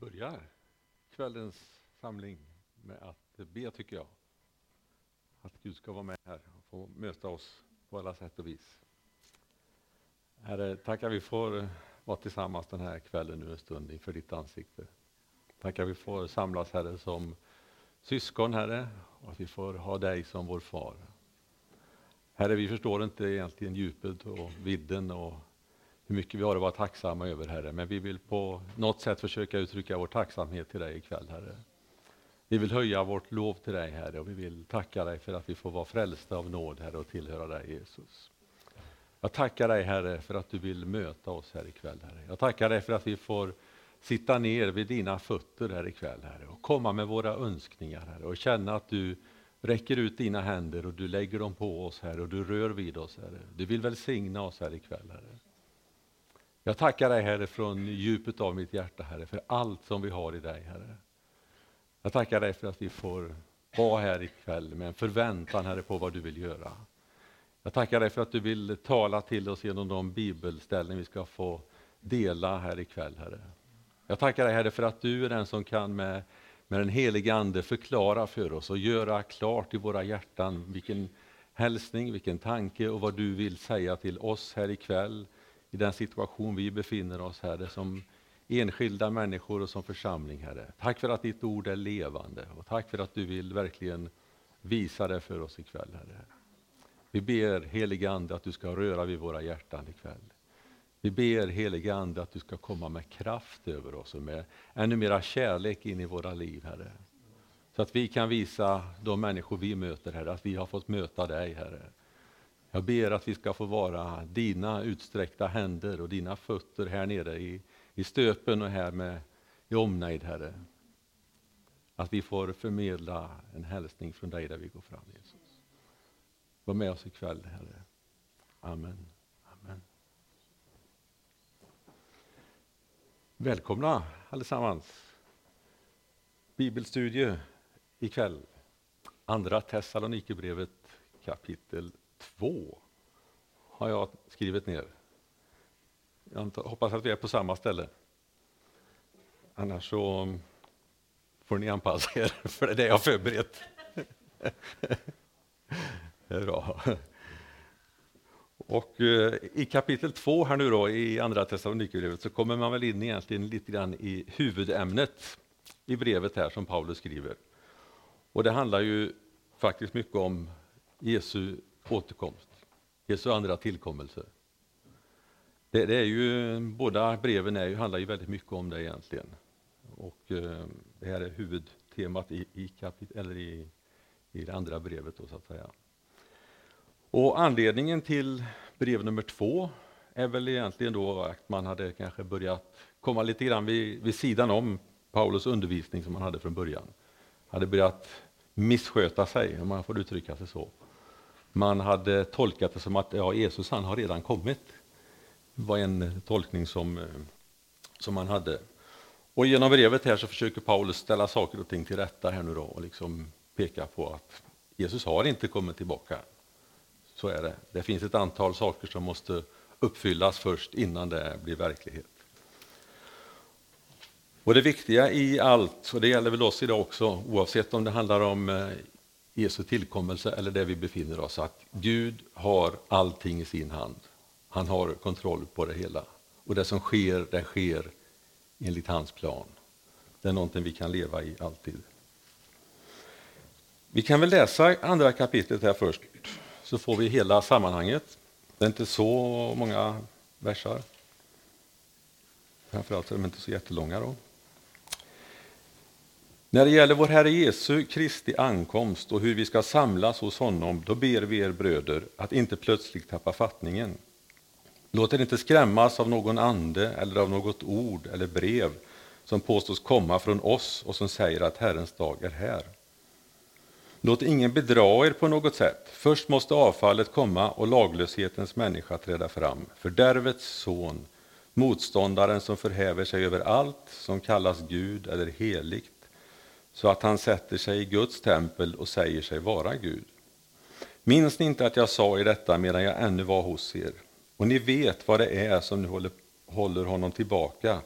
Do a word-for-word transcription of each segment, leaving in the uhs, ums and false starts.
börjar kvällens samling med att be, tycker jag. Att Gud ska vara med här och få möta oss på alla sätt och vis. Herre, tackar vi får vara tillsammans den här kvällen nu en stund inför ditt ansikte. Tackar vi får samlas, Herre, som syskon, Herre, och att vi får ha dig som vår far. Herre, vi förstår inte egentligen djupet och vidden och hur mycket vi har att vara tacksamma över, Herre. Men vi vill på något sätt försöka uttrycka vår tacksamhet till dig ikväll, Herre. Vi vill höja vårt lov till dig, Herre, och vi vill tacka dig för att vi får vara frälsta av nåd, Herre, och tillhöra dig, Jesus. Jag tackar dig, Herre, för att du vill möta oss här ikväll, Herre. Jag tackar dig för att vi får sitta ner vid dina fötter här ikväll, Herre, och komma med våra önskningar, Herre, och känna att du räcker ut dina händer och du lägger dem på oss, Herre, och du rör vid oss, Herre. Du vill välsigna oss här ikväll, Herre. Jag tackar dig, Herre, från djupet av mitt hjärta, Herre, för allt som vi har i dig, Herre. Jag tackar dig för att vi får vara här ikväll med en förväntan, Herre, på vad du vill göra. Jag tackar dig för att du vill tala till oss genom de bibelställen vi ska få dela här ikväll, Herre. Jag tackar dig, Herre, för att du är den som kan med, med den heliga ande förklara för oss och göra klart i våra hjärtan vilken hälsning, vilken tanke och vad du vill säga till oss här ikväll i den situation vi befinner oss, Herre, som enskilda människor och som församling, Herre. Tack för att ditt ord är levande och tack för att du vill verkligen visa det för oss ikväll, Herre. Vi ber, heliga ande, att du ska röra vid våra hjärtan ikväll. Vi ber, heliga ande, att du ska komma med kraft över oss och med ännu mera kärlek in i våra liv, Herre. Så att vi kan visa de människor vi möter, Herre, att vi har fått möta dig, Herre. Jag ber att vi ska få vara dina utsträckta händer och dina fötter här nere i, i stöpen och här med i omnejd, Herre. Att vi får förmedla en hälsning från dig där vi går fram, Jesus. Var med oss ikväll, Herre. Amen. Amen. Välkomna allesammans. Bibelstudie ikväll. Andra Thessalonikerbrevet kapitel två har jag skrivit ner. Jag hoppas att vi är på samma ställe. Annars så får ni anpassa er, för det är det jag har förberett. Det är bra. Och eh, i kapitel två här nu då, i andra Thessalonikerbrevet, så kommer man väl in egentligen lite grann i huvudämnet i brevet här som Paulus skriver. Och det handlar ju faktiskt mycket om Jesu återkomst, Jesu andra tillkommelse. Det, det är ju, båda breven är ju, handlar ju väldigt mycket om det egentligen. Och eh, det här är huvudtemat i, i, kapit- eller i, i det andra brevet då, så att säga. Och anledningen till brev nummer två är väl egentligen då att man hade kanske börjat komma lite grann vid, vid sidan om Paulus undervisning som man hade från början. Hade börjat missköta sig, om man får uttrycka sig så. Man hade tolkat det som att ja, Jesus han har redan kommit. Det var en tolkning som, som man hade. Och genom brevet här så försöker Paulus ställa saker och ting till rätta här nu då och liksom peka på att Jesus har inte kommit tillbaka. Så är det. Det finns ett antal saker som måste uppfyllas först innan det blir verklighet. Och det viktiga i allt, och det gäller väl oss idag också, oavsett om det handlar om Jesu tillkommelse eller där vi befinner oss, att Gud har allting i sin hand. Han har kontroll på det hela. Och det som sker, det sker enligt hans plan. Det är någonting vi kan leva i alltid. Vi kan väl läsa andra kapitlet här först, så får vi hela sammanhanget. Det är inte så många versar. Framförallt är de inte så jättelånga då. När det gäller vår Herre Jesu Kristi ankomst och hur vi ska samlas hos honom, då ber vi er bröder att inte plötsligt tappa fattningen. Låt er inte skrämmas av någon ande eller av något ord eller brev som påstås komma från oss och som säger att Herrens dag är här. Låt ingen bedra er på något sätt. Först måste avfallet komma och laglöshetens människa träda fram. Fördärvets son, motståndaren som förhäver sig över allt som kallas Gud eller heligt, så att han sätter sig i Guds tempel och säger sig vara Gud. Minns ni inte att jag sa i detta medan jag ännu var hos er? Och ni vet vad det är som nu håller, håller honom tillbaka,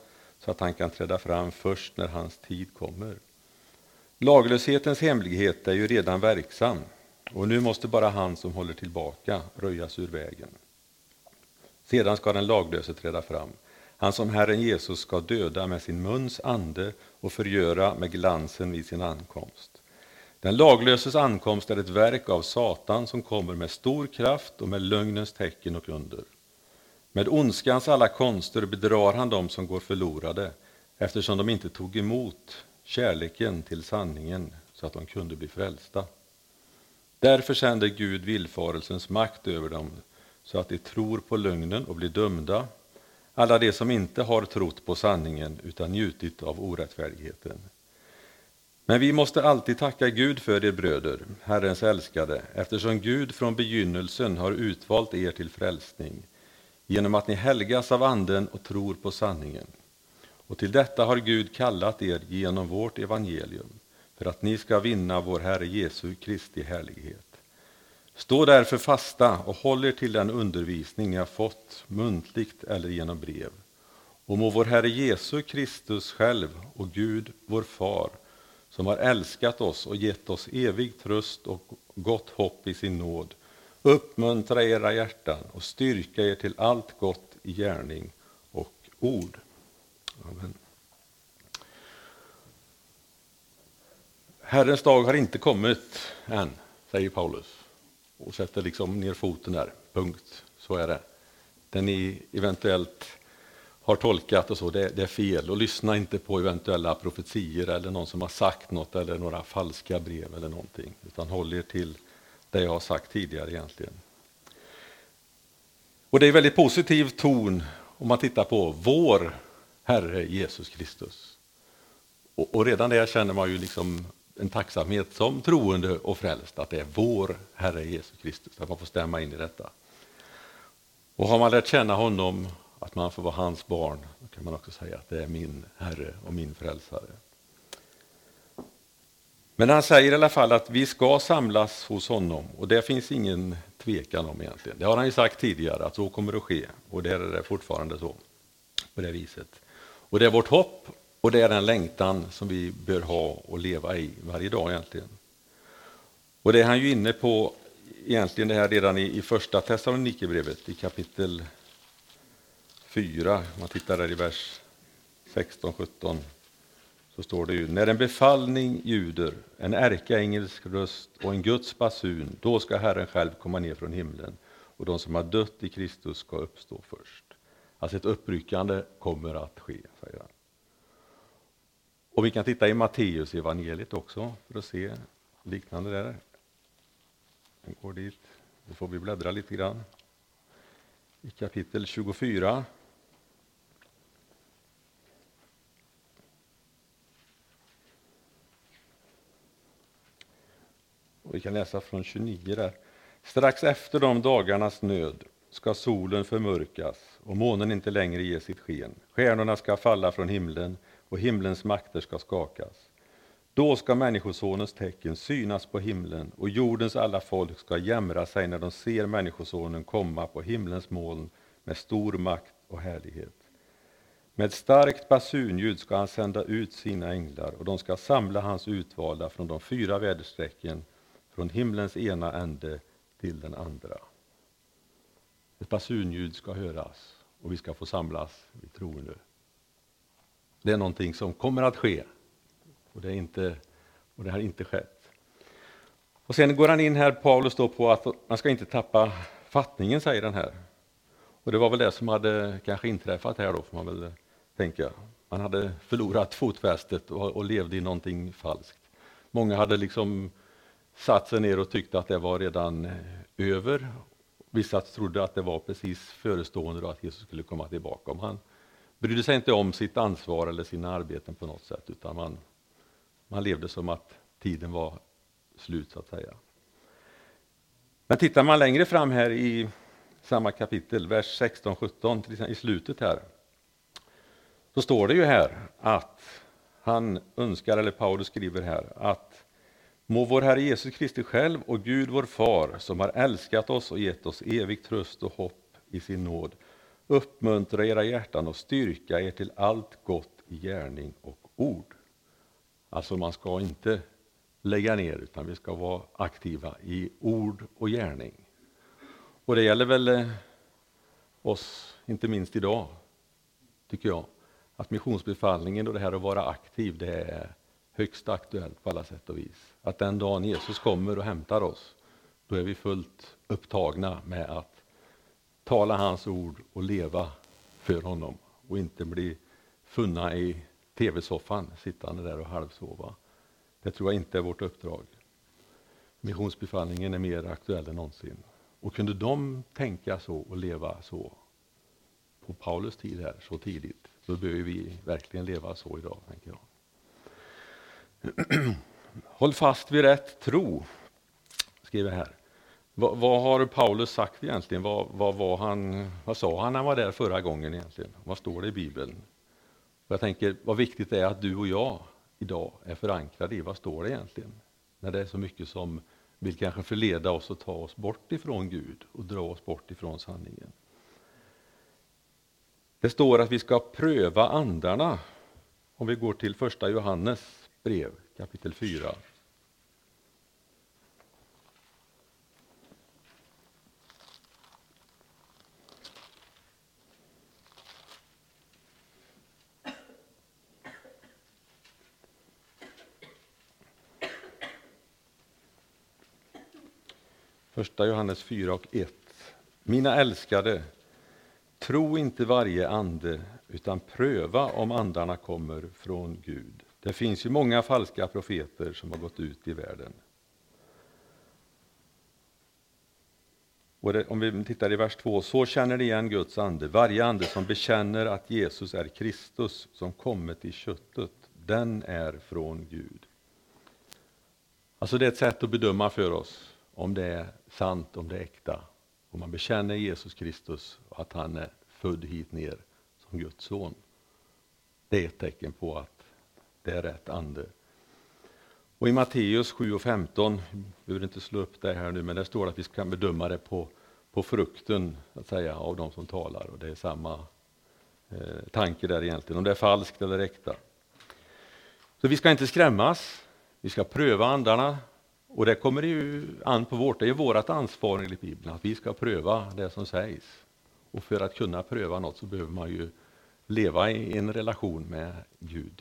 så att han kan träda fram först när hans tid kommer. Laglöshetens hemlighet är ju redan verksam, och nu måste bara han som håller tillbaka röjas ur vägen. Sedan ska den laglöse träda fram, han som Herren Jesus ska döda med sin muns ande och förgöra med glansen vid sin ankomst. Den laglöses ankomst är ett verk av Satan som kommer med stor kraft och med lögnens tecken och under. Med ondskans alla konster bedrar han dem som går förlorade, eftersom de inte tog emot kärleken till sanningen så att de kunde bli frälsta. Därför sänder Gud villfarelsens makt över dem, så att de tror på lögnen och blir dömda, alla de som inte har trott på sanningen utan njutit av orättfärdigheten. Men vi måste alltid tacka Gud för er bröder, Herrens älskade, eftersom Gud från begynnelsen har utvalt er till frälsning, genom att ni helgas av anden och tror på sanningen. Och till detta har Gud kallat er genom vårt evangelium, för att ni ska vinna vår Herre Jesu Kristi härlighet. Stå därför fasta och håll er till den undervisning ni har fått, muntligt eller genom brev. Och må vår Herre Jesu Kristus själv och Gud, vår Far, som har älskat oss och gett oss evig tröst och gott hopp i sin nåd, uppmuntra era hjärtan och styrka er till allt gott i gärning och ord. Amen. Herrens dag har inte kommit än, säger Paulus, och sätter liksom ner foten där. Punkt. Så är det. Den ni eventuellt har tolkat och så, det, det är fel. Och lyssna inte på eventuella profetier eller någon som har sagt något eller några falska brev eller någonting. Utan håll er till det jag har sagt tidigare egentligen. Och det är väldigt positiv ton om man tittar på vår Herre Jesus Kristus. Och, och redan där känner man ju liksom en tacksamhet som troende och frälst, att det är vår Herre Jesus Kristus, att man får stämma in i detta. Och har man lärt känna honom, att man får vara hans barn, då kan man också säga att det är min Herre och min frälsare. Men han säger i alla fall att vi ska samlas hos honom, och det finns ingen tvekan om egentligen. Det har han ju sagt tidigare att så kommer det att ske, och det är det fortfarande så på det viset. Och det är vårt hopp, och det är den längtan som vi bör ha och leva i varje dag egentligen. Och det är han ju inne på egentligen det här redan i, i första Thessalonikerbrevet i kapitel fyra. Man tittar där i vers sexton sjutton. Så står det ju: när en befallning ljuder, en ärkeängelsk röst och en Guds basun, då ska Herren själv komma ner från himlen, och de som har dött i Kristus ska uppstå först. Alltså ett uppryckande kommer att ske, säger han. Och vi kan titta i Matteus evangeliet också för att se liknande där. Den går dit. Då får vi bläddra lite grann. I kapitel tjugofyra. Och vi kan läsa från tjugonio där. Strax efter de dagarnas nöd ska solen förmörkas och månen inte längre ge sitt sken. Stjärnorna ska falla från himlen och himlens makter ska skakas. Då ska människosonens tecken synas på himlen, och jordens alla folk ska jämra sig när de ser människosonen komma på himlens moln med stor makt och härlighet. Med starkt basunljud ska han sända ut sina änglar, och de ska samla hans utvalda från de fyra väderstrecken, från himlens ena ände till den andra. Ett basunljud ska höras, och vi ska få samlas vid troende. Det är någonting som kommer att ske, och det, är inte, och det har inte skett. Och sen går han in här, Paulus, då på att man ska inte tappa fattningen, säger den här. Och det var väl det som hade kanske inträffat här då, får man väl tänka. Man hade förlorat fotfästet och, och levde i någonting falskt. Många hade liksom satt sig ner och tyckte att det var redan över. Vissa trodde att det var precis förestående då, att Jesus skulle komma tillbaka. Om han brydde sig inte om sitt ansvar eller sina arbeten på något sätt, utan man, man levde som att tiden var slut, så att säga. Men tittar man längre fram här i samma kapitel, vers sexton sjutton, i slutet här, så står det ju här att han önskar, eller Paulus skriver här, att må vår Herre Jesus Kristus själv och Gud vår Far, som har älskat oss och gett oss evigt tröst och hopp i sin nåd, uppmuntra era hjärtan och styrka er till allt gott i gärning och ord. Alltså man ska inte lägga ner, utan vi ska vara aktiva i ord och gärning. Och det gäller väl oss, inte minst idag, tycker jag, att missionsbefallningen och det här att vara aktiv, det är högst aktuellt på alla sätt och vis. Att den dagen Jesus kommer och hämtar oss, då är vi fullt upptagna med att tala hans ord och leva för honom och inte bli funna i tv-soffan, sittande där och halvsova. Det tror jag inte är vårt uppdrag. Missionsbefallningen är mer aktuell än någonsin. Och kunde de tänka så och leva så på Paulus tid här så tidigt, så behöver vi verkligen leva så idag, tänker jag. Håll fast vid rätt tro, skriver här. Vad, vad har Paulus sagt egentligen? Vad, vad, var han, vad sa han när han var där förra gången egentligen? Vad står det i Bibeln? Och jag tänker, vad viktigt det är att du och jag idag är förankrade i vad står det egentligen? När det är så mycket som vill kanske förleda oss och ta oss bort ifrån Gud och dra oss bort ifrån sanningen. Det står att vi ska pröva andarna. Om vi går till första Johannes brev, kapitel fyra. Första Johannes fyra och ett. Mina älskade, tro inte varje ande, utan pröva om andarna kommer från Gud. Det finns ju många falska profeter som har gått ut i världen. Och det, om vi tittar i vers två, så känner ni igen Guds ande. Varje ande som bekänner att Jesus är Kristus som kommit i köttet, den är från Gud. Alltså det är ett sätt att bedöma för oss om det är sant, om det är äkta. Om man bekänner Jesus Kristus och att han är född hit ner som Guds son. Det är ett tecken på att det är rätt ande. Och i Matteus sju och femton, vi behöver inte slå upp det här nu, men det står att vi ska bedöma det på, på frukten att säga, av de som talar. Och det är samma eh, tanke där egentligen, om det är falskt eller äkta. Så vi ska inte skrämmas, vi ska pröva andarna. Och det kommer ju an på vårt, det är vårt ansvar enligt Bibeln, att vi ska pröva det som sägs. Och för att kunna pröva något så behöver man ju leva i en relation med Gud.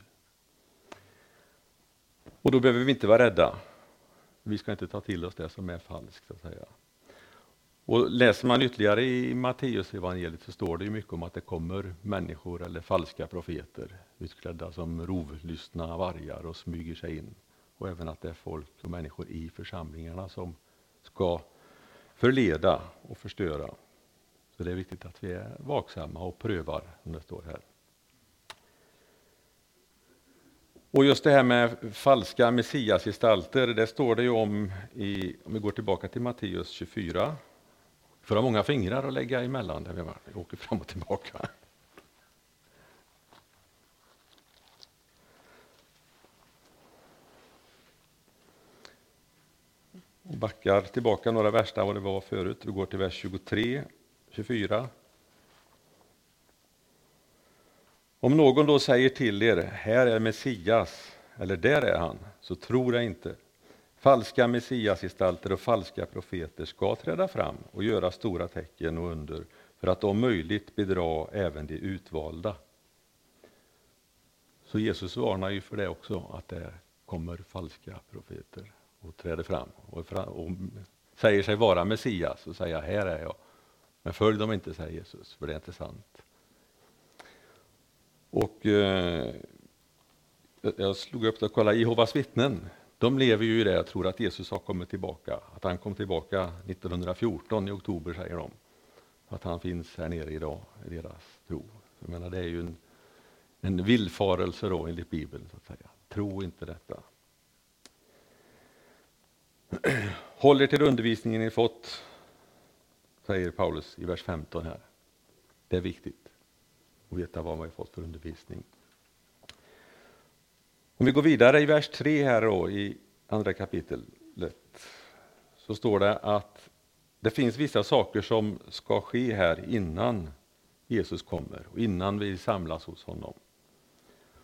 Och då behöver vi inte vara rädda. Vi ska inte ta till oss det som är falskt, så att säga. Och läser man ytterligare i Matteus evangeliet så står det ju mycket om att det kommer människor eller falska profeter utklädda som rovlystna vargar och smyger sig in. Och även att det är folk och människor i församlingarna som ska förleda och förstöra. Så det är viktigt att vi är vaksamma och prövar, som det står här. Och just det här med falska messiasgestalter, det står det ju om, i, om vi går tillbaka till Matteus tjugofyra. För att ha många fingrar att lägga emellan där vi åker fram och tillbaka. Och backar tillbaka några verser vad det var förut. Vi går till vers tjugotre, tjugofyra. Om någon då säger till er, här är Messias, eller där är han, så tror det inte. Falska messiasgestalter och falska profeter ska träda fram och göra stora tecken och under, för att om möjligt bedra även de utvalda. Så Jesus varnar ju för det också, att det kommer falska profeter och träder fram och, fram och säger sig vara Messias och säger, här är jag. Men följ dem inte, säger Jesus, för det är inte sant. Och eh, jag slog upp det och kollade, Jehovas vittnen, de lever ju i det, jag tror att Jesus har kommit tillbaka. Att han kom tillbaka nittonhundrafjorton i oktober, säger de. Att han finns här nere idag i deras tro. Jag menar, det är ju en, en villfarelse då enligt Bibeln, så att säga. Tro inte detta. Håll er till undervisningen ni fått, säger Paulus i vers femton här. Det är viktigt att veta vad man har fått för undervisning. Om vi går vidare i vers tre här då, i andra kapitlet, så står det att det finns vissa saker som ska ske här innan Jesus kommer och innan vi samlas hos honom.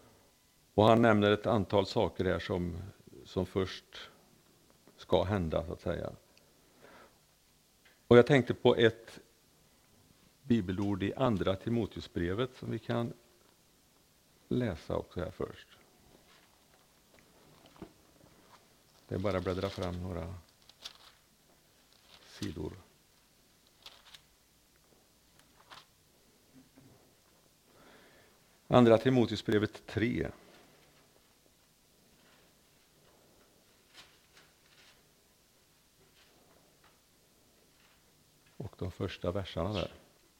Och han nämner ett antal saker här som, som först ska hända, så att säga. Och jag tänkte på ett bibelord i andra Timoteusbrevet som vi kan läsa också här först. Det är bara att bläddra fram några sidor. Andra Timoteusbrevet tre. Och de första verserna där.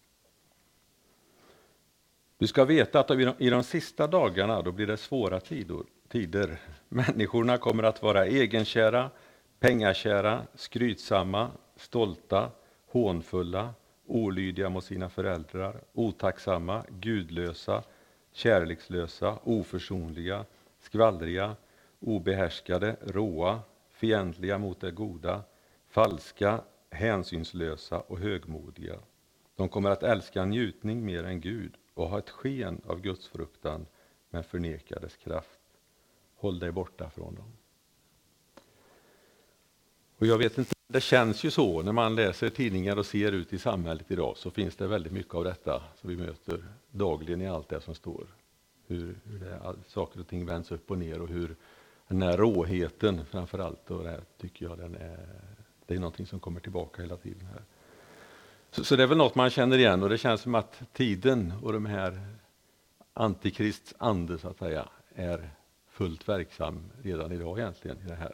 Du ska veta att i de sista dagarna då blir det svåra tider. tider. Människorna kommer att vara egenkära, pengakära, skrytsamma, stolta, hånfulla, olydiga mot sina föräldrar, otacksamma, gudlösa, kärlekslösa, oförsonliga, skvallriga, obehärskade, råa, fientliga mot det goda, falska, hänsynslösa och högmodiga. De kommer att älska njutning mer än Gud och ha ett sken av Guds fruktan men förnekar dess kraft. Håll dig borta från dem. Och jag vet inte, det känns ju så när man läser tidningar och ser ut i samhället idag, så finns det väldigt mycket av detta som vi möter dagligen i allt det som står. Hur, hur det, saker och ting vänds upp och ner och hur den här råheten framförallt, och det här tycker jag den är, det är någonting som kommer tillbaka hela tiden här. Så, så det är väl något man känner igen, och det känns som att tiden och de här antikrists ande så att säga är fullt verksam redan idag egentligen i det här.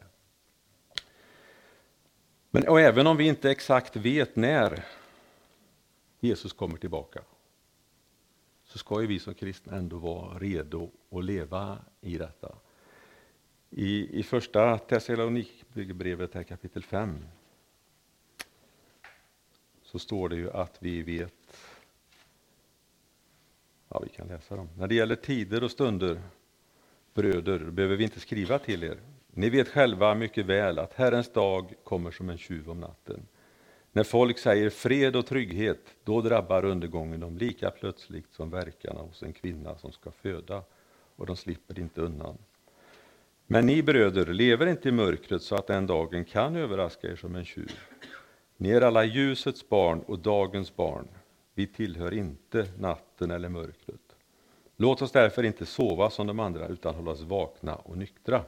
Men och även om vi inte exakt vet när Jesus kommer tillbaka, så ska ju vi som kristna ändå vara redo att leva i detta. I, i första Thessalonikbrevet här kapitel fem så står det ju att vi vet, ja vi kan läsa dem. När det gäller tider och stunder, bröder, behöver vi inte skriva till er. Ni vet själva mycket väl att Herrens dag kommer som en tjuv om natten. När folk säger fred och trygghet, då drabbar undergången dem lika plötsligt som verkarna hos en kvinna som ska föda, och de slipper inte undan. Men ni bröder, lever inte i mörkret så att den dagen kan överraska er som en tjuv. Ni är alla ljusets barn och dagens barn. Vi tillhör inte natten eller mörkret. Låt oss därför inte sova som de andra utan hålla oss vakna och nyktra.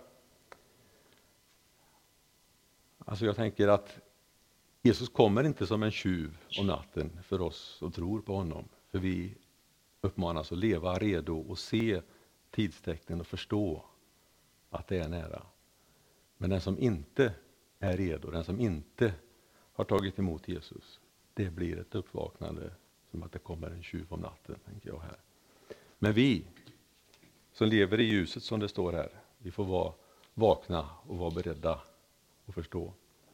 Alltså jag tänker att Jesus kommer inte som en tjuv om natten för oss som tror på honom. För vi uppmanas att leva redo och se tidstecknen och förstå att det är nära. Men den som inte är redo, den som inte har tagit emot Jesus, det blir ett uppvaknande som att det kommer en tjuv om natten, tänker jag här. Men vi som lever i ljuset som det står här, vi får vara vakna och vara beredda att förstå.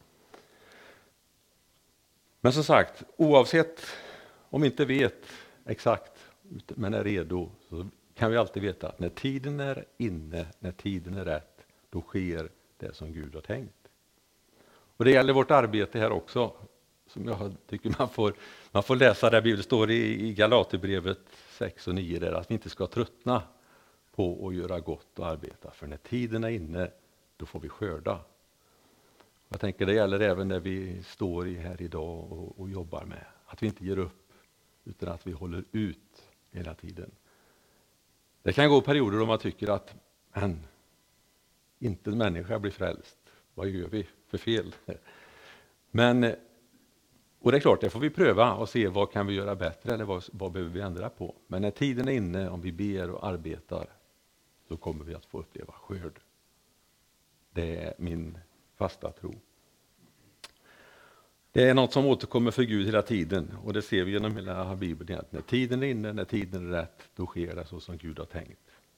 Men som sagt, oavsett om vi inte vet exakt men är redo, så kan vi alltid veta att när tiden är inne, när tiden är rätt, då sker det som Gud har tänkt. Och det gäller vårt arbete här också, som jag tycker man får, man får läsa där Bibeln står i, i Galaterbrevet sex och nio, där att vi inte ska tröttna på att göra gott och arbeta. För när tiden är inne, då får vi skörda. Jag tänker det gäller även när vi står i här idag och, och jobbar med. Att vi inte ger upp, utan att vi håller ut hela tiden. Det kan gå perioder då man tycker att men, inte en människa blir frälst. Vad gör vi för fel? Men, och det är klart, det får vi pröva och se vad kan vi göra bättre eller vad, vad behöver vi ändra på. Men när tiden är inne, om vi ber och arbetar, så kommer vi att få uppleva skörd. Det är min fasta tro. Det är något som återkommer för Gud hela tiden, och det ser vi genom hela Bibeln. När tiden är inne, när tiden är rätt, då sker det så som Gud har tänkt.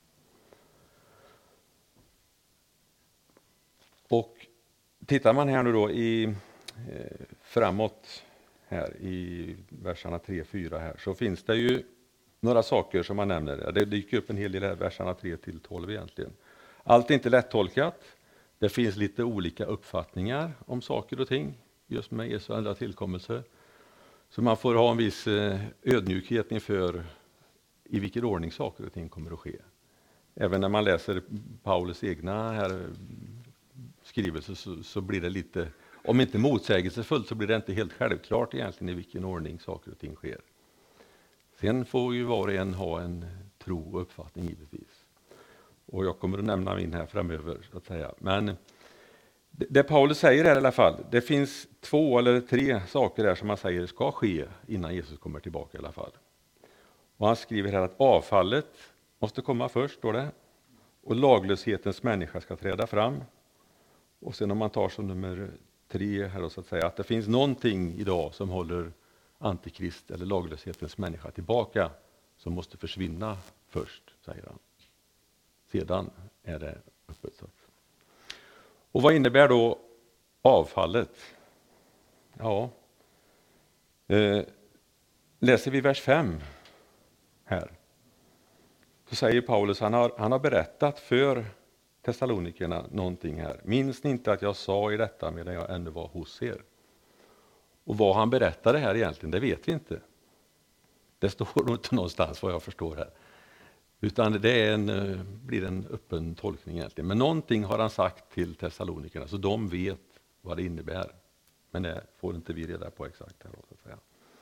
Och tittar man här nu då i eh, framåt här i verserna tre fyra här, så finns det ju några saker som man nämner. Det dyker upp en hel del här, verserna tre till tolv egentligen. Allt är inte lättolkat. Det finns lite olika uppfattningar om saker och ting, just med Jesu andra tillkommelse. Så man får ha en viss ödmjukhet inför i vilken ordning saker och ting kommer att ske. även när man läser Paulus egna här skrivelser så, så blir det lite, om inte motsägelsefullt så blir det inte helt självklart egentligen i vilken ordning saker och ting sker. Sen får ju var och en ha en tro och uppfattning givetvis. Och jag kommer att nämna min här framöver så att säga. Men det, det Paulus säger här i alla fall, det finns två eller tre saker där som han säger ska ske innan Jesus kommer tillbaka i alla fall. Och han skriver här att avfallet måste komma först, står det. Och laglöshetens människa ska träda fram. Och sen om man tar som nummer tre här då, så att säga, att det finns någonting idag som håller antikrist eller laglöshetens människa tillbaka som måste försvinna först, säger han. Sedan är det öppet. Och vad innebär då avfallet? Ja, eh, läser vi vers fem här. Så säger Paulus, han har, han har berättat för Thessalonikerna någonting här. Minns ni inte att jag sa i detta medan jag ännu var hos er? Och vad han berättade här egentligen, det vet vi inte. Det står nog inte någonstans vad jag förstår här. Utan det är en, blir en öppen tolkning egentligen. Men någonting har han sagt till Thessalonikerna så de vet vad det innebär. Men det får inte vi reda på exakt här då, så att säga.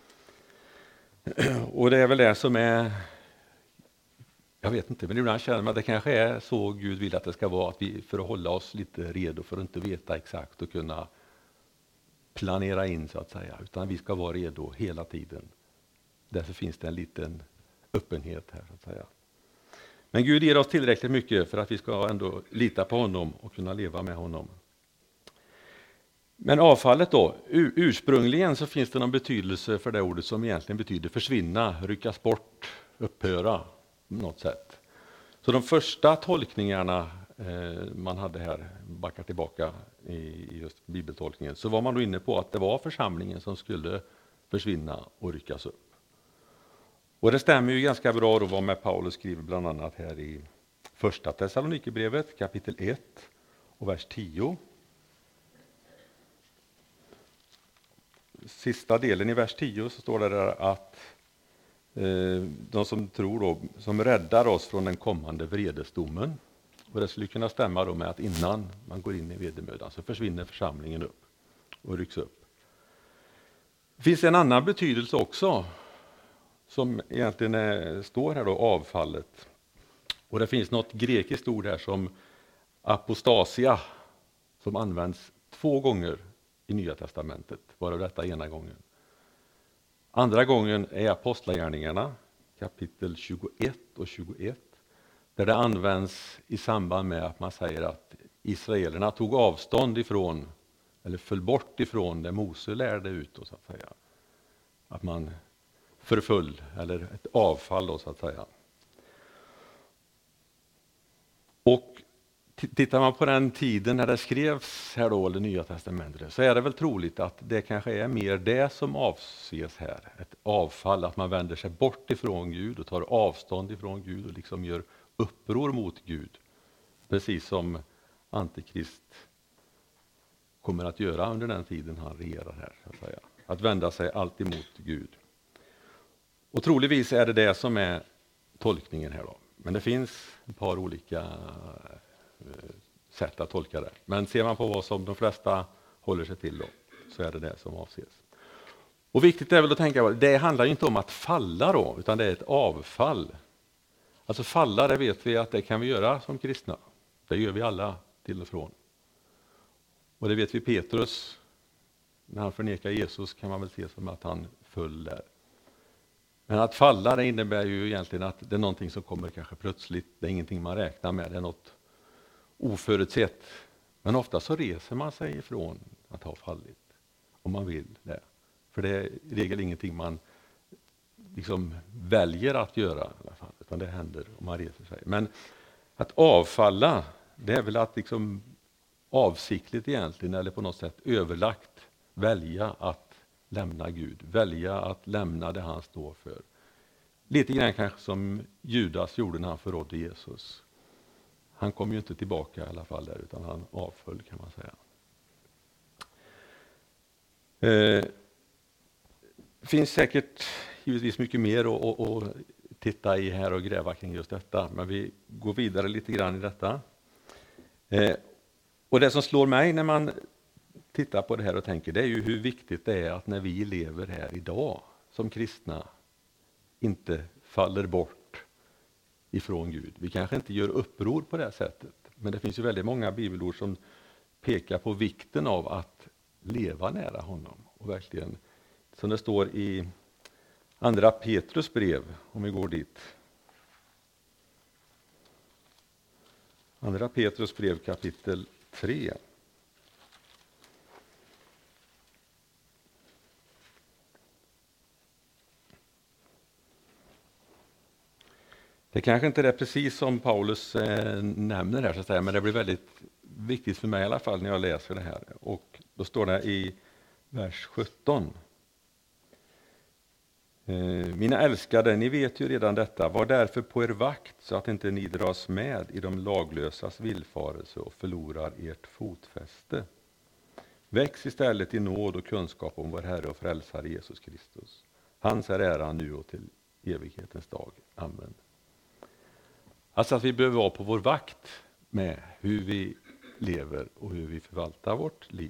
Och det är väl det som är, jag vet inte, men ibland känner man att det kanske är så Gud vill att det ska vara, att vi för att hålla oss lite redo för att inte veta exakt och kunna planera in så att säga, utan vi ska vara redo hela tiden. Därför finns det en liten öppenhet här så att säga. Men Gud ger oss tillräckligt mycket för att vi ska ändå lita på honom och kunna leva med honom. Men avfallet då, ursprungligen så finns det någon betydelse för det ordet som egentligen betyder försvinna, ryckas bort, upphöra på något sätt. Så de första tolkningarna eh, man hade här, backar tillbaka i just bibeltolkningen, så var man då inne på att det var församlingen som skulle försvinna och ryckas upp. Och det stämmer ju ganska bra då vad med Paulus skriver bland annat här i första Thessalonikerbrevet kapitel ett och vers tio. Sista delen i vers tio så står det där att eh, de som tror då, som räddar oss från den kommande vredesdomen. Och det skulle kunna stämma då med att innan man går in i vedermödan så försvinner församlingen upp och rycks upp. Det finns en annan betydelse också som egentligen är, står här då, avfallet. Och det finns något grekiskt ord här som apostasia som används två gånger i Nya testamentet, varav detta ena gången. Andra gången är apostlagärningarna kapitel tjugoett och tjugoett, där det används i samband med att man säger att israelerna tog avstånd ifrån eller föll bort ifrån det Mose lärde ut då, så att säga. Att man förfull eller ett avfall då, så att säga. Och tittar man på den tiden när det skrevs här då, eller Nya testamentet, så är det väl troligt att det kanske är mer det som avses här. Ett avfall, att man vänder sig bort ifrån Gud och tar avstånd ifrån Gud och liksom gör uppror mot Gud. Precis som Antikrist kommer att göra under den tiden han regerar här, så att säga. Att vända sig allt emot Gud. Och troligtvis är det det som är tolkningen här då. Men det finns ett par olika sätt att tolka det. Men ser man på vad som de flesta håller sig till då, så är det det som avses. Och viktigt är väl att tänka på, det handlar ju inte om att falla då, utan det är ett avfall. Alltså falla, det vet vi att det kan vi göra som kristna. Det gör vi alla till och från. Och det vet vi Petrus, när han förnekar Jesus kan man väl se som att han föll där. Men att falla, det innebär ju egentligen att det är någonting som kommer kanske plötsligt. Det är ingenting man räknar med, det är något oförutsett. Men ofta så reser man sig ifrån att ha fallit, om man vill det. För det är i regel ingenting man liksom väljer att göra i alla fall, utan det händer om man reser sig. Men att avfalla, det är väl att liksom avsiktligt egentligen, eller på något sätt överlagt välja att lämna Gud, välja att lämna det han står för. Lite grann kanske som Judas gjorde när han förrådde Jesus. Han kom ju inte tillbaka i alla fall där, utan han avföll kan man säga. Det eh, finns säkert givetvis mycket mer att, att, att titta i här och gräva kring just detta. Men vi går vidare lite grann i detta. Eh, och det som slår mig när man tittar på det här och tänker, det är ju hur viktigt det är att när vi lever här idag som kristna inte faller bort ifrån Gud. Vi kanske inte gör uppror på det här sättet, men det finns ju väldigt många bibelord som pekar på vikten av att leva nära honom. Och verkligen, som det står i andra Petrus brev, om vi går dit. Andra Petrus brev kapitel tre. Det kanske inte är precis som Paulus eh, nämner här, så att säga, men det blir väldigt viktigt för mig i alla fall när jag läser det här. Och då står det i vers sjutton. Eh, Mina älskade, ni vet ju redan detta. Var därför på er vakt så att inte ni dras med i de laglösas villfarelse och förlorar ert fotfäste. Väx istället i nåd och kunskap om vår Herre och Frälsare Jesus Kristus. Hans är äran nu och till evighetens dag. Amen. Alltså att vi behöver vara på vår vakt med hur vi lever och hur vi förvaltar vårt liv.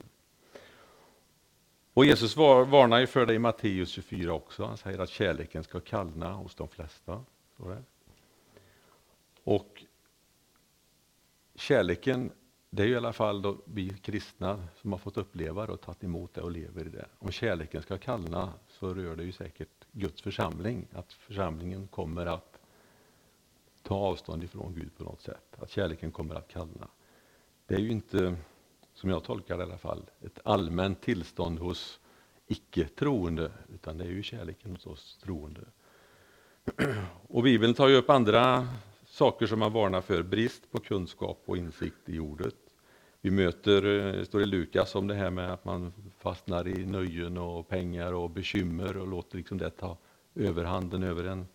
Och Jesus var, varnar ju för det i Matteus tjugofyra också. Han säger att kärleken ska kallna hos de flesta. Så det. Och kärleken, det är ju i alla fall då vi kristna som har fått uppleva det och tagit emot det och lever i det. Om kärleken ska kallna så rör det ju säkert Guds församling. Att församlingen kommer att ta avstånd ifrån Gud på något sätt. Att kärleken kommer att kallna. Det är ju inte, som jag tolkar det i alla fall, ett allmänt tillstånd hos icke-troende, utan det är ju kärleken hos oss troende. Och Bibeln tar ju upp andra saker som man varnar för. Brist på kunskap och insikt i ordet. Vi möter, det står i Lukas om det här med att man fastnar i nöjen och pengar och bekymmer och låter liksom det ta överhanden över en.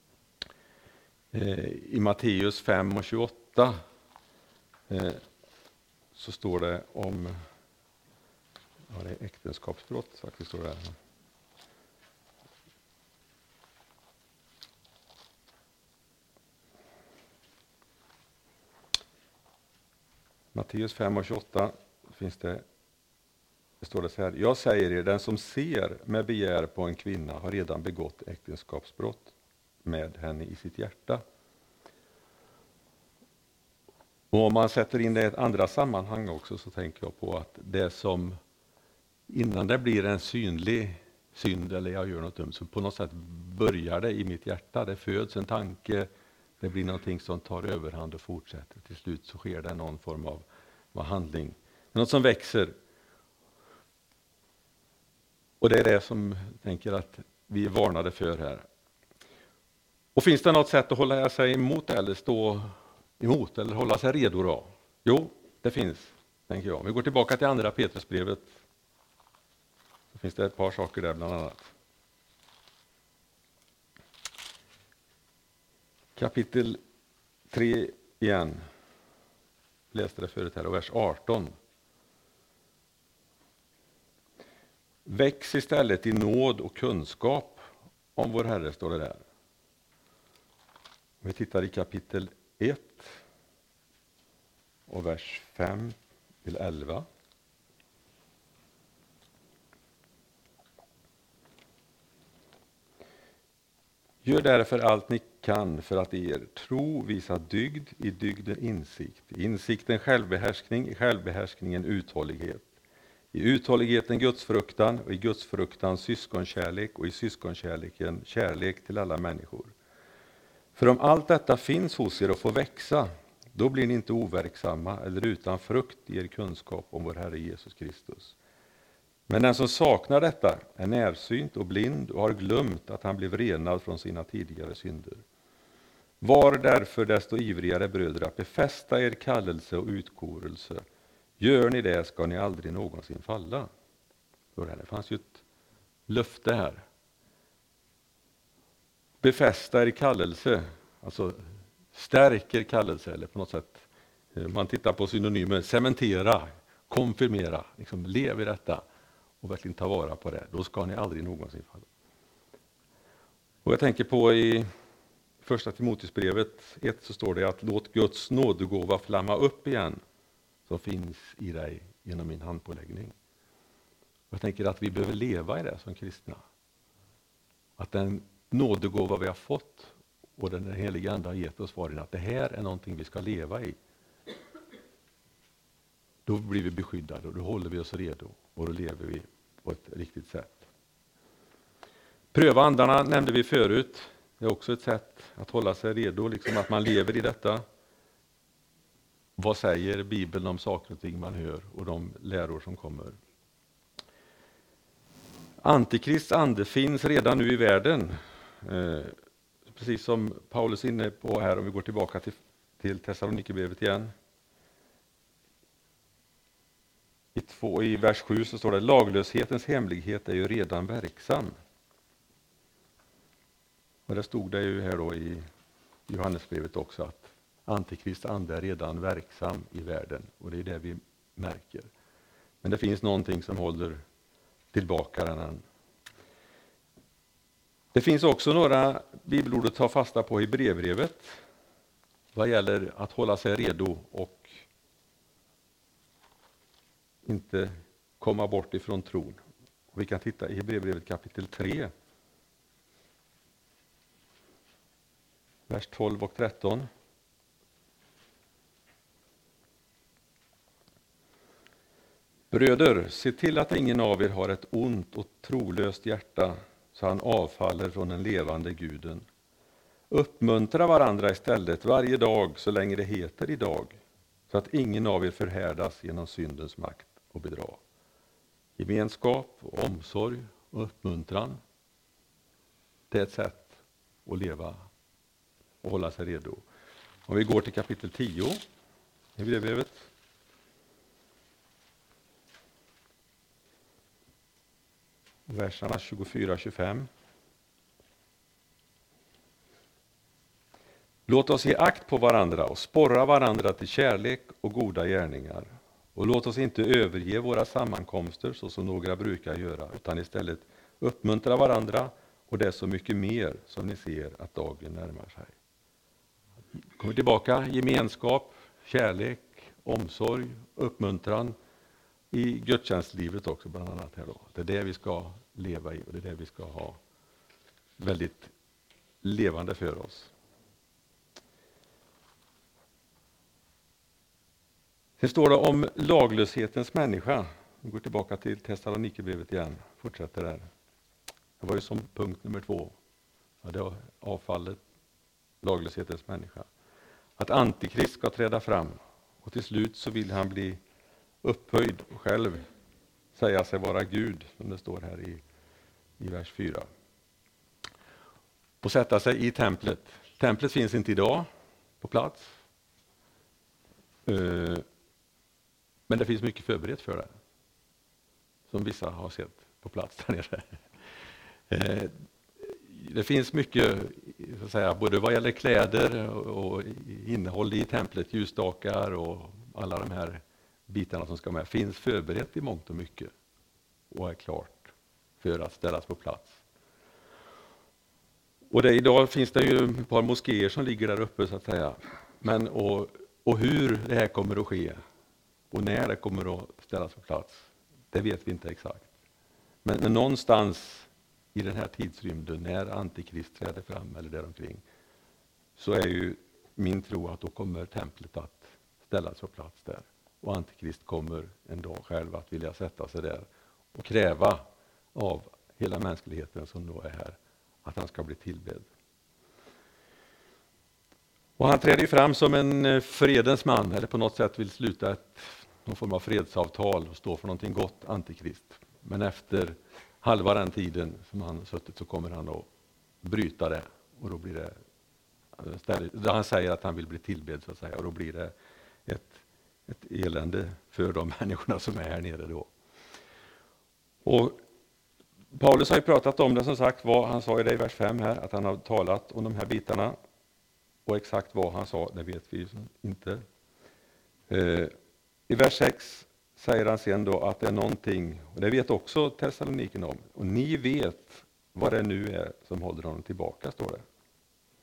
I Matteus fem och tjugoåtta så står det om, ja, det är äktenskapsbrott faktiskt står det här. Matteus fem och tjugoåtta finns det, det står det så här: Jag säger er, den som ser med begär på en kvinna har redan begått äktenskapsbrott med henne i sitt hjärta. Och om man sätter in det i ett andra sammanhang också, så tänker jag på att det som innan det blir en synlig synd eller jag gör något dumt, så på något sätt börjar det i mitt hjärta. Det föds en tanke, det blir någonting som tar överhand och fortsätter. Till slut så sker det någon form av, av handling. Något som växer. Och det är det som jag tänker att vi är varnade för här. Och finns det något sätt att hålla sig emot eller stå emot eller hålla sig redo då? Jo, det finns, tänker jag. Vi går tillbaka till andra Petrusbrevet. Så finns det ett par saker där bland annat. Kapitel tre igen. Jag läste det förut här, och vers arton. Väx istället i nåd och kunskap om vår Herre, står det där. Vi tittar i kapitel ett och vers fem till elva. Gör därför allt ni kan för att i er tro visa dygd, i dygden insikt, i insikten självbehärskning, i självbehärskningen uthållighet, i uthålligheten gudsfruktan och i gudsfruktan syskonkärlek och i syskonkärleken kärlek till alla människor. För om allt detta finns hos er och får växa, då blir ni inte overksamma eller utan frukt i er kunskap om vår Herre Jesus Kristus. Men den som saknar detta är närsynt och blind och har glömt att han blev renad från sina tidigare synder. Var därför desto ivrigare bröder att befästa er kallelse och utkorelse. Gör ni det ska ni aldrig någonsin falla. Det fanns ju ett löfte här. Befästa er kallelse, alltså stärker kallelse, eller på något sätt, man tittar på synonymer, cementera, konfirmera, liksom lev i detta och verkligen ta vara på det. Då ska ni aldrig någonsin falla. Och jag tänker på i första Timoteusbrevet ett så står det att låt Guds nådegåva flamma upp igen som finns i dig genom min handpåläggning. Jag tänker att vi behöver leva i det som kristna. Att den nådegåva vi har fått och den heliga Ande har gett oss var att det här är någonting vi ska leva i. Då blir vi beskyddade och då håller vi oss redo och då lever vi på ett riktigt sätt. Pröva andarna nämnde vi förut. Det är också ett sätt att hålla sig redo, liksom att man lever i detta. Vad säger Bibeln om saker och ting man hör och de läror som kommer? Antikrists ande finns redan nu i världen. Eh, precis som Paulus är inne på här, om vi går tillbaka till, till Thessalonikerbrevet igen. I, två, I vers sju så står det: laglöshetens hemlighet är ju redan verksam. Och det stod det ju här då i Johannesbrevet också att Antikrist ande är redan verksam i världen. Och det är det vi märker. Men det finns någonting som håller tillbaka den än. Det finns också några bibelord att ta fasta på i brevbrevet vad gäller att hålla sig redo och inte komma bort ifrån tron. Och vi kan titta i brevbrevet kapitel tre. Vers tolv och tretton. Bröder, se till att ingen av er har ett ont och trolöst hjärta så han avfaller från den levande guden. Uppmuntra varandra istället varje dag så länge det heter idag, så att ingen av er förhärdas genom syndens makt och bedra. Gemenskap, och omsorg och uppmuntran, det är ett sätt att leva och hålla sig redo. Om vi går till kapitel tio i brevbrevet. Verserna tjugofyra tjugofem. Låt oss ge akt på varandra och sporra varandra till kärlek och goda gärningar. Och låt oss inte överge våra sammankomster så som några brukar göra, utan istället uppmuntra varandra, och det är så mycket mer som ni ser att dagen närmar sig. Kommer tillbaka, gemenskap, kärlek, omsorg, uppmuntran i gudstjänstlivet också bland annat här då. Det är det vi ska leva i och det är det vi ska ha väldigt levande för oss. Sen står det om laglöshetens människa. Vi går tillbaka till Thessalonikerbrevet igen. Fortsätter där. Det var ju som punkt nummer två. Ja, det var avfallet, laglöshetens människa. Att Antikrist ska träda fram. Och till slut så vill han bli upphöjd och själv säga sig vara Gud, som det står här i, i vers fyra. Och sätta sig i templet. Templet finns inte idag på plats. Uh, men det finns mycket förberett för det. Som vissa har sett på plats där nere. Uh, det finns mycket, så att säga, både vad gäller kläder och, och innehåll i templet, ljusstakar och alla de här bitarna som ska med, finns förberett i mångt och mycket och är klart för att ställas på plats. Och det, idag finns det ju ett par moskéer som ligger där uppe så att säga. Men och, och hur det här kommer att ske och när det kommer att ställas på plats, det vet vi inte exakt. Men, men någonstans i den här tidsrymden när Antikrist träder fram eller däromkring, så är ju min tro att då kommer templet att ställas på plats där. Och Antikrist kommer en dag själv att vilja sätta sig där och kräva av hela mänskligheten som då är här att han ska bli tillbedd. Och han träder fram som en fredens man, eller på något sätt vill sluta ett, någon form av fredsavtal och stå för någonting gott, Antikrist. Men efter halva den tiden som han suttit så kommer han att bryta det. Och då blir det, där han säger att han vill bli tillbedd så att säga, och då blir det ett, ett elände för de människorna som är här nere då. Och Paulus har ju pratat om det som sagt, vad han sa i det i vers fem här, att han har talat om de här bitarna. Och exakt vad han sa, det vet vi inte. Eh, I vers sex säger han sen då att det är någonting, och det vet också Thessaloniken om. Och ni vet vad det nu är som håller honom tillbaka, står det.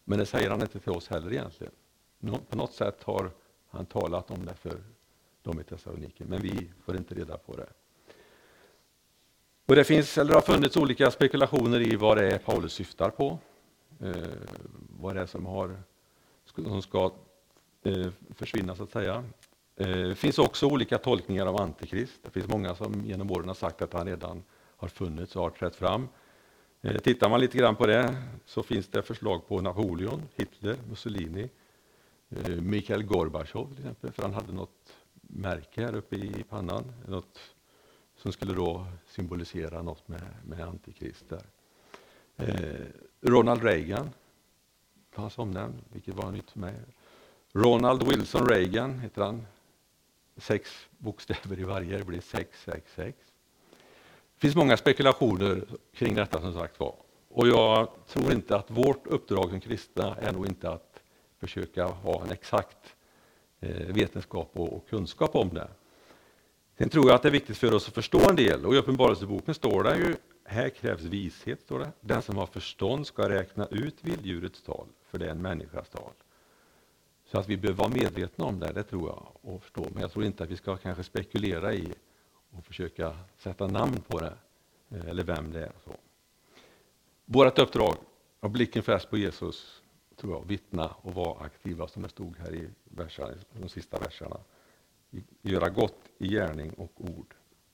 Men det säger han inte till oss heller egentligen. På något sätt har han talat om det för de i Thessaloniki, men vi får inte reda på det. Och det finns, eller har funnits olika spekulationer i vad det är Paulus syftar på. Eh, vad det är som, har, som ska eh, försvinna så att säga. Eh, det finns också olika tolkningar av Antikrist. Det finns många som genom åren har sagt att han redan har funnits och har trätt fram. Eh, tittar man lite grann på det så finns det förslag på Napoleon, Hitler, Mussolini, eh, Mikhail Gorbachev till exempel, för han hade något märke här uppe i pannan, något som skulle då symbolisera något med, med Antikrist där. Eh, Ronald Reagan fanns omnämnd, vilket var nytt för mig. Ronald Wilson Reagan heter han. Sex bokstäver i varje, det blir sex sex sex. Det finns många spekulationer kring detta som sagt var. Och jag tror inte att vårt uppdrag som kristna är nog inte att försöka ha en exakt eh, vetenskap och, och kunskap om det. Sen tror jag att det är viktigt för oss att förstå en del. Och i Uppenbarelseboken står det ju, här krävs vishet, står det. Den som har förstånd ska räkna ut vilddjurets tal, för det är en människas tal. Så att vi behöver vara medvetna om det, det tror jag, och förstå. Men jag tror inte att vi ska kanske spekulera i och försöka sätta namn på det, eller vem det är. Så. Vårt uppdrag, och blicken fäst på Jesus, tror jag, vittna och vara aktiva, som det stod här i verserna, de sista verserna. Göra gott i gärning och ord.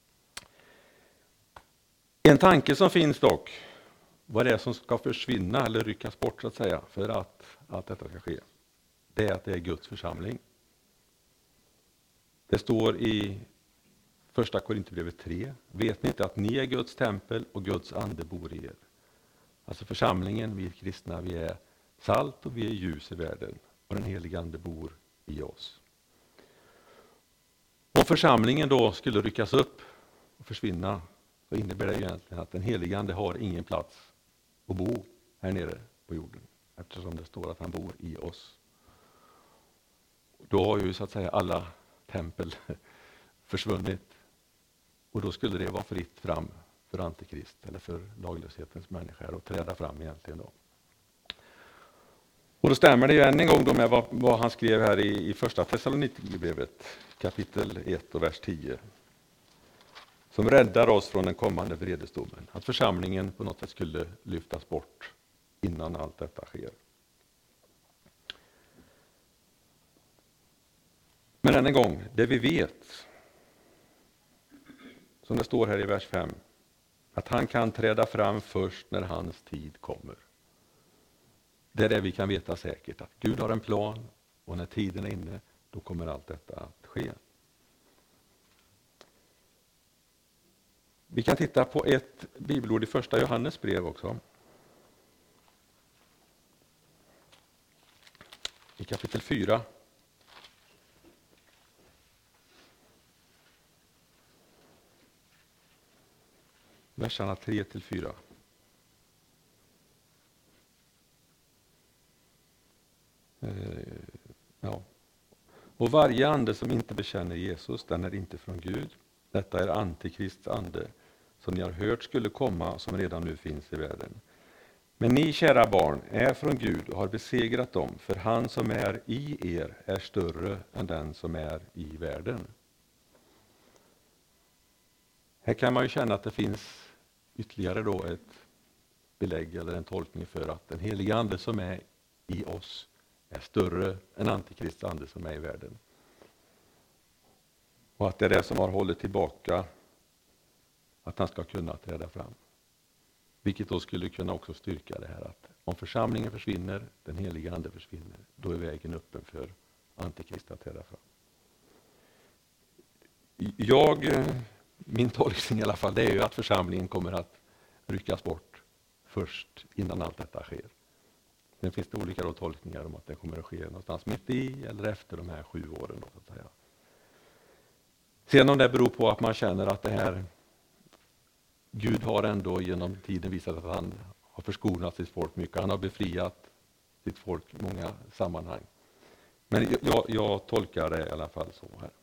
En tanke som finns dock, vad det är som ska försvinna eller ryckas bort så att säga, för att allt detta ska ske, det är att det är Guds församling. Det står i första Korinthierbrevet tre, vet ni inte att ni är Guds tempel och Guds ande bor i er? Alltså församlingen, vi kristna, vi är salt och vi är ljus i världen, och den heliga ande bor i oss. Om församlingen då skulle ryckas upp och försvinna, så innebär det egentligen att den heliga ande har ingen plats att bo här nere på jorden, eftersom det står att han bor i oss. Då har ju så att säga alla tempel försvunnit, och då skulle det vara fritt fram för Antikrist eller för laglöshetens människor att träda fram egentligen då. Och då stämmer det ju än en gång då med vad, vad han skrev här i, i första Thessalonikerbrevet kapitel ett och vers tio. Som räddar oss från den kommande vredesdomen. Att församlingen på något sätt skulle lyftas bort innan allt detta sker. Men än en gång, det vi vet, som det står här i vers fem, att han kan träda fram först när hans tid kommer. Det är det vi kan veta säkert, att Gud har en plan, och när tiden är inne, då kommer allt detta att ske. Vi kan titta på ett bibelord i första Johannes brev också. I kapitel fyra. Verserna tre till fyra. Ja. Och varje ande som inte bekänner Jesus, den är inte från Gud. Detta är Antikrists ande, som ni har hört skulle komma, som redan nu finns i världen. Men ni, kära barn, är från Gud och har besegrat dem, för han som är i er är större än den som är i världen. Här kan man ju känna att det finns ytterligare då ett belägg eller en tolkning för att den heliga ande som är i oss är större än Antikrists ande som är i världen. Och att det är det som har hållit tillbaka att han ska kunna träda fram. Vilket då skulle kunna också styrka det här att om församlingen försvinner, den heliga ande försvinner, då är vägen öppen för Antikrist att träda fram. Jag, min tolkning i alla fall, det är ju att församlingen kommer att ryckas bort först innan allt detta sker. Sen finns det olika då tolkningar om att det kommer att ske någonstans mitt i eller efter de här sju åren. Då, så att säga. Sen om det beror på att man känner att det här Gud har ändå genom tiden visat att han har förskonat sitt folk mycket. Han har befriat sitt folk i många sammanhang. Men jag, jag tolkar det i alla fall så här.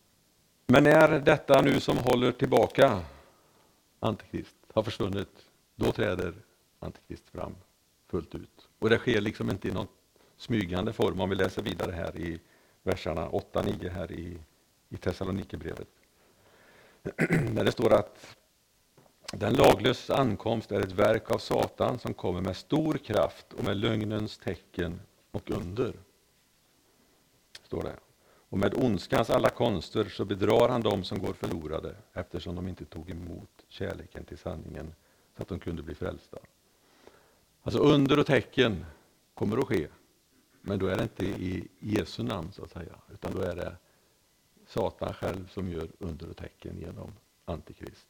Men när detta nu som håller tillbaka Antikrist har försvunnit, då träder Antikrist fram fullt ut. Och det sker liksom inte i någon smygande form om vi läser vidare här i verserna åtta nio här i, i Thessalonikerbrevet. Där det står att den laglös ankomst är ett verk av Satan som kommer med stor kraft och med lögnens tecken och under. Står det. Och med ondskans alla konster så bedrar han dem som går förlorade eftersom de inte tog emot kärleken till sanningen så att de kunde bli frälsta. Alltså under och tecken kommer att ske. Men då är det inte i Jesu namn så att säga, utan då är det Satan själv som gör under och tecken genom Antikrist.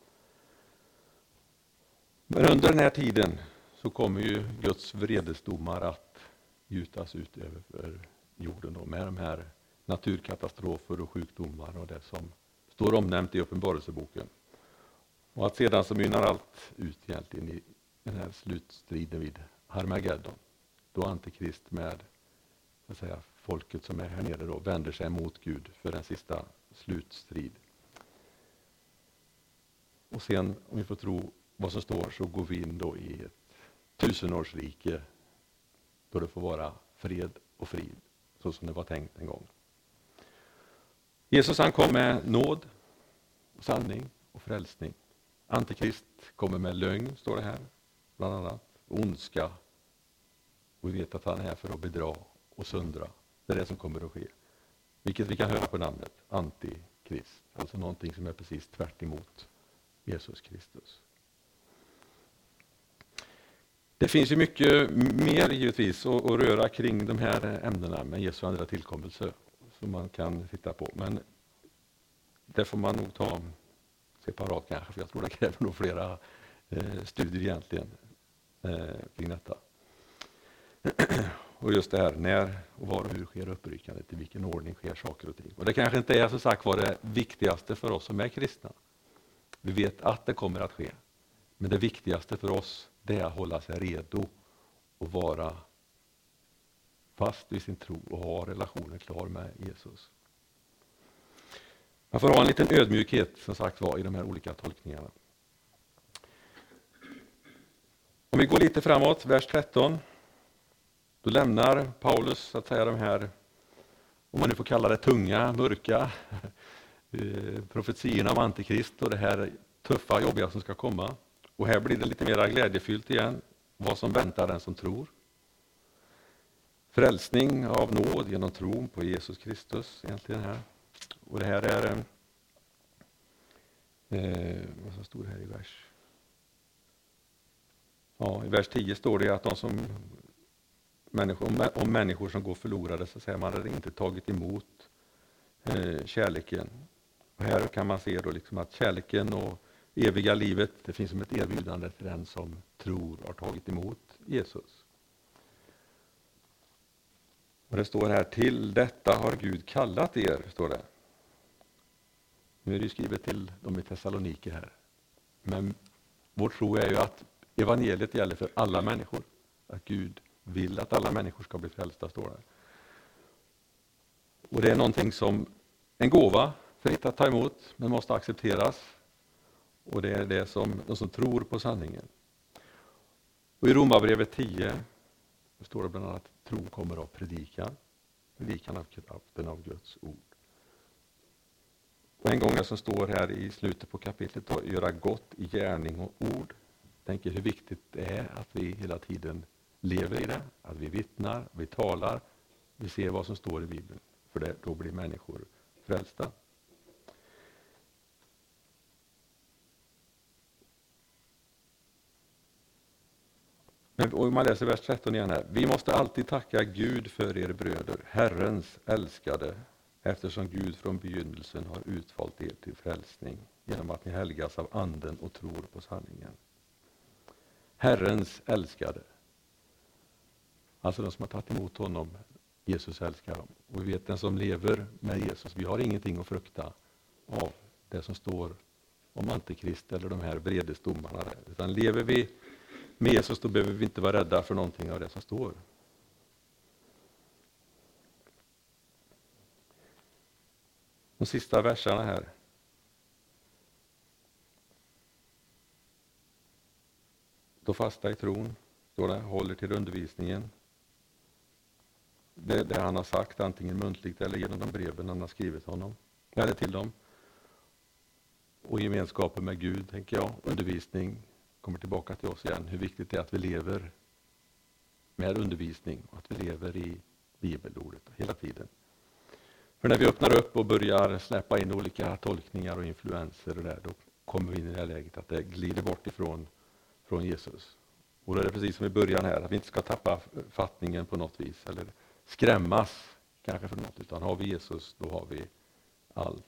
Men under den här tiden så kommer ju Guds vredesdomar att gjutas ut över jorden då, med de här naturkatastrofer och sjukdomar och det som står omnämnt i Uppenbarelseboken. Och att sedan så mynnar allt ut egentligen i den här slutstriden vid Harmageddon. Då Antikrist med så att säga, folket som är här nere då vänder sig mot Gud för den sista slutstrid. Och sen, om vi får tro vad som står, så går vi in då i ett tusenårsrike då det får vara fred och frid, så som det var tänkt en gång. Jesus han kom med nåd, och sanning och frälsning. Antikrist kommer med lögn, står det här, bland annat, ondska. Och vi vet att han är här för att bedra och söndra. Det är det som kommer att ske. Vilket vi kan höra på namnet, Antikrist. Alltså någonting som är precis tvärt emot Jesus Kristus. Det finns ju mycket mer givetvis att, att röra kring de här ämnena med Jesu andra tillkommelse som man kan titta på. Men det får man nog ta separat kanske, för jag tror det kräver nog flera eh, studier egentligen eh, kring detta. Och just det här, när och var och hur sker uppryckandet, i vilken ordning sker saker och ting. Och det kanske inte är så sagt var det viktigaste för oss som är kristna. Vi vet att det kommer att ske. Men det viktigaste för oss, det är att hålla sig redo och vara fast vid sin tro och ha relationen klar med Jesus. Man får ha en liten ödmjukhet som sagt var i de här olika tolkningarna. Om vi går lite framåt, vers tretton. Då lämnar Paulus så att säga de här, om man nu får kalla det tunga, mörka profetierna om Antikrist och det här tuffa, jobbiga som ska komma. Och här blir det lite mer glädjefyllt igen, vad som väntar den som tror. Frälsning av nåd genom tron på Jesus Kristus egentligen här. Och det här är, eh, vad som står här i vers? Ja, i vers tio står det att de som människor, om, om människor som går förlorade, så säger man att de inte tagit emot eh, kärleken. Och här kan man se då liksom att kärleken och eviga livet, det finns som ett erbjudande till den som tror och har tagit emot Jesus. Och det står här, till detta har Gud kallat er, står det. Nu är det ju skrivet till dem i Thessalonike här. Men vår tro är ju att evangeliet gäller för alla människor. Att Gud vill att alla människor ska bli frälsta, står det. Och det är någonting som en gåva, fritt att ta emot, men måste accepteras. Och det är det som de som tror på sanningen. Och i Romarbrevet tio står det bland annat att tro kommer av predikan. Predikan av kraften av Guds ord. Och en gång som står här i slutet på kapitlet då, göra gott i gärning och ord. Jag tänker hur viktigt det är att vi hela tiden lever i det. Att vi vittnar, vi talar, vi ser vad som står i Bibeln. För det, då blir människor frälsta. Och om man läser vers tretton igen här. Vi måste alltid tacka Gud för er bröder, Herrens älskade, eftersom Gud från begynnelsen har utvalt er till frälsning genom att ni helgas av anden och tror på sanningen. Herrens älskade. Alltså de som har tagit emot honom, Jesus älskar dem. Och vi vet den som lever med Jesus, vi har ingenting att frukta av det som står om Antikrist eller de här vredesdomarna där. Utan lever vi med Jesus, då behöver vi inte vara rädda för någonting av det som står. De sista verserna här. Stå fasta i tron, står det, håller till undervisningen. Det, det han har sagt, antingen muntligt eller genom de breven han har skrivit honom, eller till dem. Och gemenskapen med Gud, tänker jag, undervisning, kommer tillbaka till oss igen. Hur viktigt det är att vi lever med undervisning och att vi lever i bibelordet hela tiden. För när vi öppnar upp och börjar släppa in olika tolkningar och influenser och där, då kommer vi in i det här läget att det glider bort ifrån från Jesus. Och då är det precis som i början här, att vi inte ska tappa fattningen på något vis eller skrämmas kanske för något, utan har vi Jesus, då har vi allt.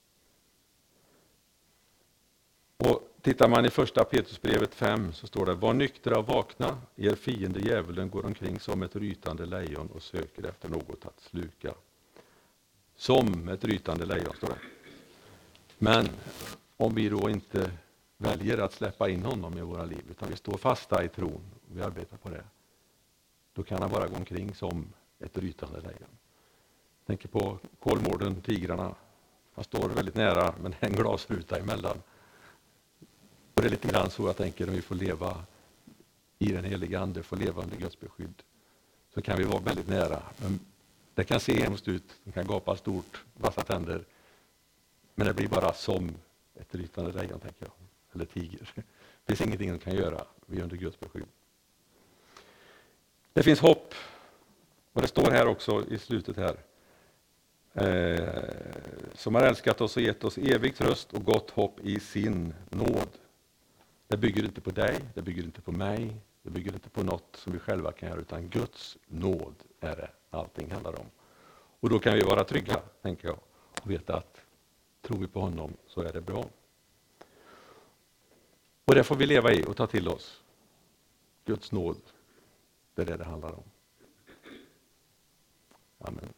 Och tittar man i första Petrusbrevet fem så står det: var nyktra och vakna, er fiende djävulen går omkring som ett rytande lejon och söker efter något att sluka. Som ett rytande lejon, står det. Men om vi då inte väljer att släppa in honom i våra liv, utan vi står fasta i tron och vi arbetar på det, då kan han bara gå omkring som ett rytande lejon. Jag tänker på Kolmården, tigrarna. Han står väldigt nära, men en glasruta emellan. Och det är lite grann så jag tänker, om vi får leva i den heliga ande, får leva under Guds beskydd, så kan vi vara väldigt nära. Men det kan se hemskt ut, det kan gapa stort, vassa tänder, men det blir bara som ett rytande lejon, tänker jag. Eller tiger. Det finns ingenting de kan göra, vi är under Guds beskydd. Det finns hopp, och det står här också i slutet här, eh, som har älskat oss och gett oss evig tröst och gott hopp i sin nåd. Det bygger inte på dig, det bygger inte på mig, det bygger inte på något som vi själva kan göra, utan Guds nåd är det allting handlar om. Och då kan vi vara trygga, tänker jag, och veta att tror vi på honom så är det bra. Och det får vi leva i och ta till oss. Guds nåd, det är det det handlar om. Amen.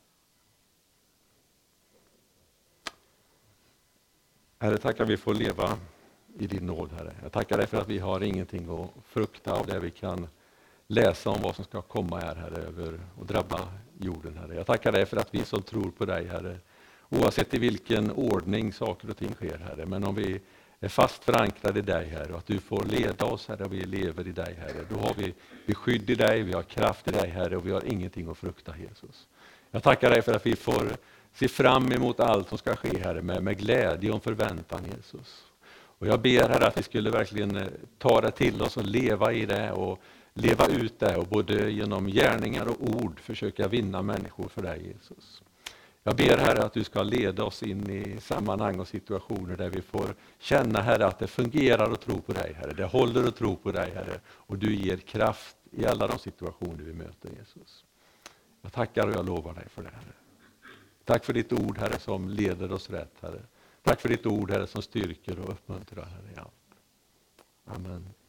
Herre, tackar vi får leva i din nåd, Herre. Jag tackar dig för att vi har ingenting att frukta av det vi kan läsa om vad som ska komma här, Herre, över och drabba jorden, Herre. Jag tackar dig för att vi som tror på dig, Herre, oavsett i vilken ordning saker och ting sker, Herre, men om vi är fast förankrade i dig, Herre, och att du får leda oss, Herre, och vi lever i dig, Herre, då har vi beskydd i dig, vi har kraft i dig, Herre, och vi har ingenting att frukta, Jesus. Jag tackar dig för att vi får se fram emot allt som ska ske, Herre, med, med glädje och förväntan, Jesus. Och jag ber, Herre, att vi skulle verkligen ta det till oss och leva i det och leva ut det, och både genom gärningar och ord försöka vinna människor för dig, Jesus. Jag ber, Herre, att du ska leda oss in i sammanhang och situationer där vi får känna, Herre, att det fungerar att tro på dig, Herre. Det håller att tro på dig, Herre, och du ger kraft i alla de situationer vi möter, Jesus. Jag tackar och jag lovar dig för det, Herre. Tack för ditt ord, Herre, som leder oss rätt, Herre. Tack för ditt ord, Herre, som styrker och uppmuntrar, Herre, i allt. Amen.